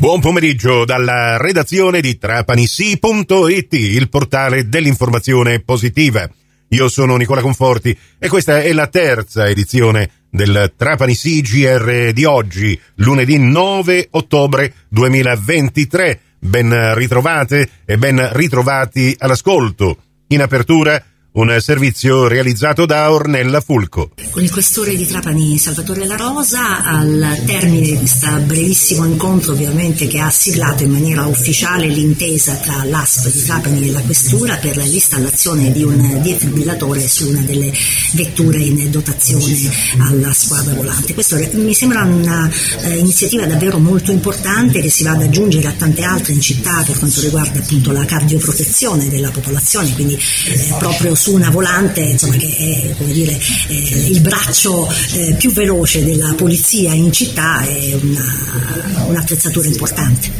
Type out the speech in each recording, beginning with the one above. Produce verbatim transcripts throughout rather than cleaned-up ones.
Buon pomeriggio dalla redazione di Trapani Sì punto it, il portale dell'informazione positiva. Io sono Nicola Conforti e questa è la terza edizione del Trapani Sì G R di oggi, lunedì nove ottobre duemilaventitré. Ben ritrovate e ben ritrovati all'ascolto. In apertura un servizio realizzato da Ornella Fulco. Con il questore di Trapani Salvatore La Rosa, al termine di questo brevissimo incontro ovviamente che ha siglato in maniera ufficiale l'intesa tra l'A S P di Trapani e la questura per l'installazione di un defibrillatore su una delle vetture in dotazione alla squadra volante. Questo mi sembra un'iniziativa davvero molto importante che si va ad aggiungere a tante altre in città per quanto riguarda appunto la cardioprotezione della popolazione, quindi eh, proprio su una volante, insomma, che è, come dire, eh, il braccio eh, più veloce della polizia in città, è una, un'attrezzatura importante.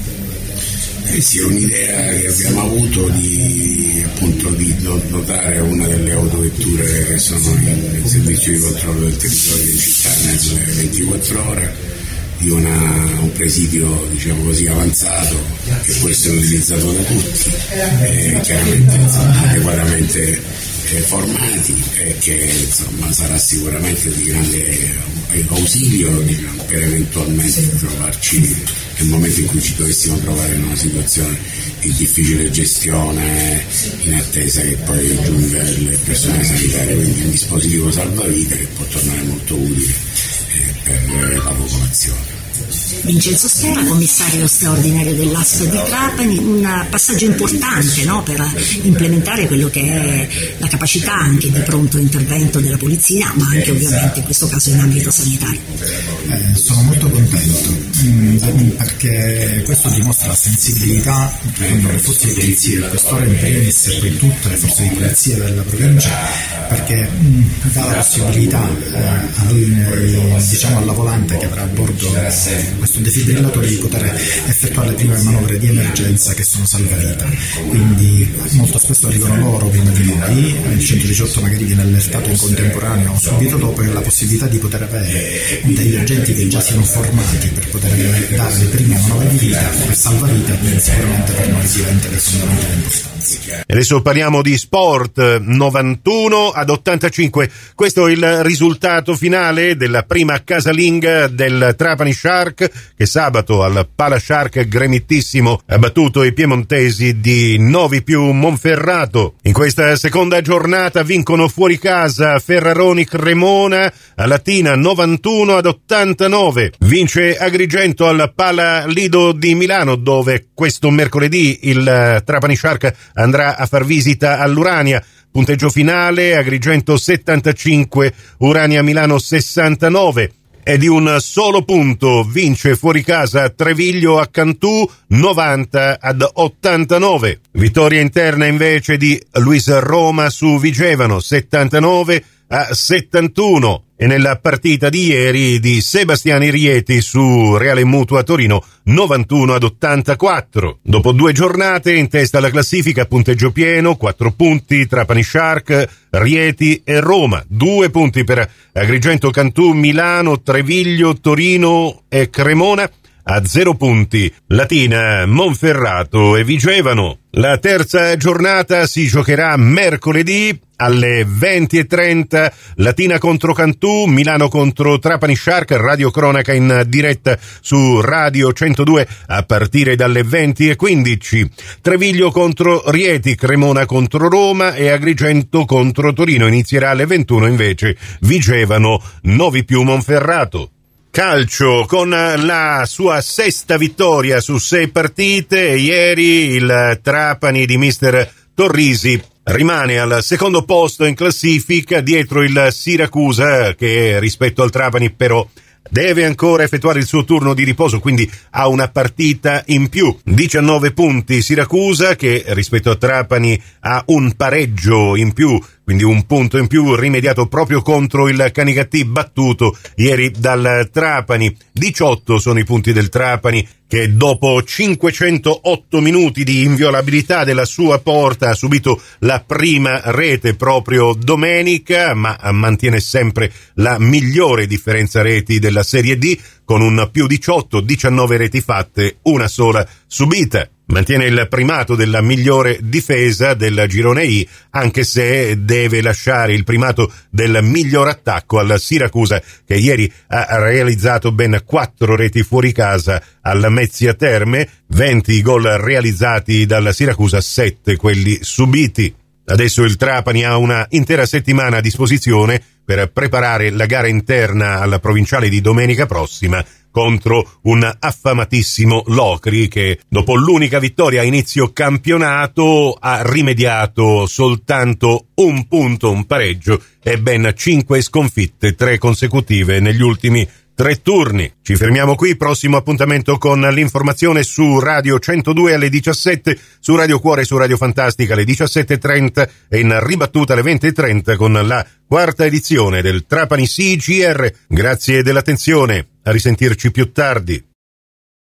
Eh sì, è un'idea che abbiamo avuto di, appunto, di dotare una delle autovetture che sono in servizio di controllo del territorio in città nelle ventiquattro ore, di una, un presidio, diciamo così, avanzato, che può essere utilizzato da tutti, eh, chiaramente insomma, adeguatamente eh, formati, e che insomma sarà sicuramente di grande ausilio, diciamo, per eventualmente trovarci nel momento in cui ci dovessimo trovare in una situazione di difficile gestione, in attesa che poi giunga il personale sanitario, quindi un dispositivo salvavita che può tornare molto utile eh, per la popolazione. Vincenzo Stera, commissario straordinario dell'A S P di Trapani, un passaggio importante, no, per implementare quello che è la capacità anche di pronto intervento della polizia, ma anche ovviamente in questo caso in ambito sanitario. Eh, sono molto contento mh, perché questo dimostra la sensibilità con le forze di polizia, il questore in primis e poi tutte le forze di polizia della provincia, perché mh, dà la possibilità eh, al, diciamo alla volante che avrà a bordo eh, questo defibrillatore di poter effettuare le prime manovre di emergenza che sono salvavita, quindi molto spesso arrivano loro prima di noi, il centodiciotto magari viene allertato in contemporanea o subito dopo, e la possibilità di poter avere degli agenti che già siano formati per poter dare le prime manovre di vita per salvavita, sicuramente per noi diventa di fondamentale importanza. E adesso parliamo di sport. Novantuno ad ottantacinque, questo è il risultato finale della prima casalinga del Trapani Shark, che sabato al Pala Shark Gremitissimo ha battuto i piemontesi di Novi più Monferrato. In questa seconda giornata vincono fuori casa Ferraroni Cremona a Latina novantuno ad ottantanove. Vince Agrigento al Pala Lido di Milano, dove questo mercoledì il Trapani Shark andrà a far visita all'Urania. Punteggio finale: Agrigento settantacinque, Urania Milano sessantanove. E di un solo punto vince fuori casa Treviglio a Cantù novanta ad ottantanove. Vittoria interna invece di Luis Roma su Vigevano settantanove a settantuno. E nella partita di ieri di Sebastiani Rieti su Reale Mutua Torino novantuno ad ottantaquattro. Dopo due giornate in testa alla classifica, punteggio pieno, quattro punti Trapani Shark, Rieti e Roma, due punti per Agrigento, Cantù, Milano, Treviglio, Torino e Cremona, a zero punti Latina, Monferrato e Vigevano. La terza giornata si giocherà mercoledì alle venti e trenta, Latina contro Cantù, Milano contro Trapani Shark, radiocronaca in diretta su Radio centodue a partire dalle venti e quindici, Treviglio contro Rieti, Cremona contro Roma e Agrigento contro Torino. Inizierà alle ventuno invece Vigevano, Novi più Monferrato. Calcio, con la sua sesta vittoria su sei partite, ieri il Trapani di mister Torrisi rimane al secondo posto in classifica dietro il Siracusa, che rispetto al Trapani però deve ancora effettuare il suo turno di riposo, quindi ha una partita in più. diciannove punti Siracusa, che rispetto a Trapani ha un pareggio in più quindi un punto in più rimediato proprio contro il Canicattì battuto ieri dal Trapani. diciotto sono i punti del Trapani, che dopo cinquecentootto minuti di inviolabilità della sua porta ha subito la prima rete proprio domenica, ma mantiene sempre la migliore differenza reti della Serie D con un più diciotto, diciannove reti fatte, una sola subita. Mantiene il primato della migliore difesa del girone I, anche se deve lasciare il primato del miglior attacco al Siracusa, che ieri ha realizzato ben quattro reti fuori casa al Mezzia Terme, venti gol realizzati dal Siracusa, sette quelli subiti. Adesso il Trapani ha una intera settimana a disposizione per preparare la gara interna alla provinciale di domenica prossima contro un affamatissimo Locri, che dopo l'unica vittoria a inizio campionato ha rimediato soltanto un punto, un pareggio e ben cinque sconfitte, tre consecutive negli ultimi tre turni. Ci fermiamo qui, prossimo appuntamento con l'informazione su Radio centodue alle diciassette, su Radio Cuore e su Radio Fantastica alle diciassette e trenta e in ribattuta alle venti e trenta con la quarta edizione del Trapani C G R. Grazie dell'attenzione, a risentirci più tardi.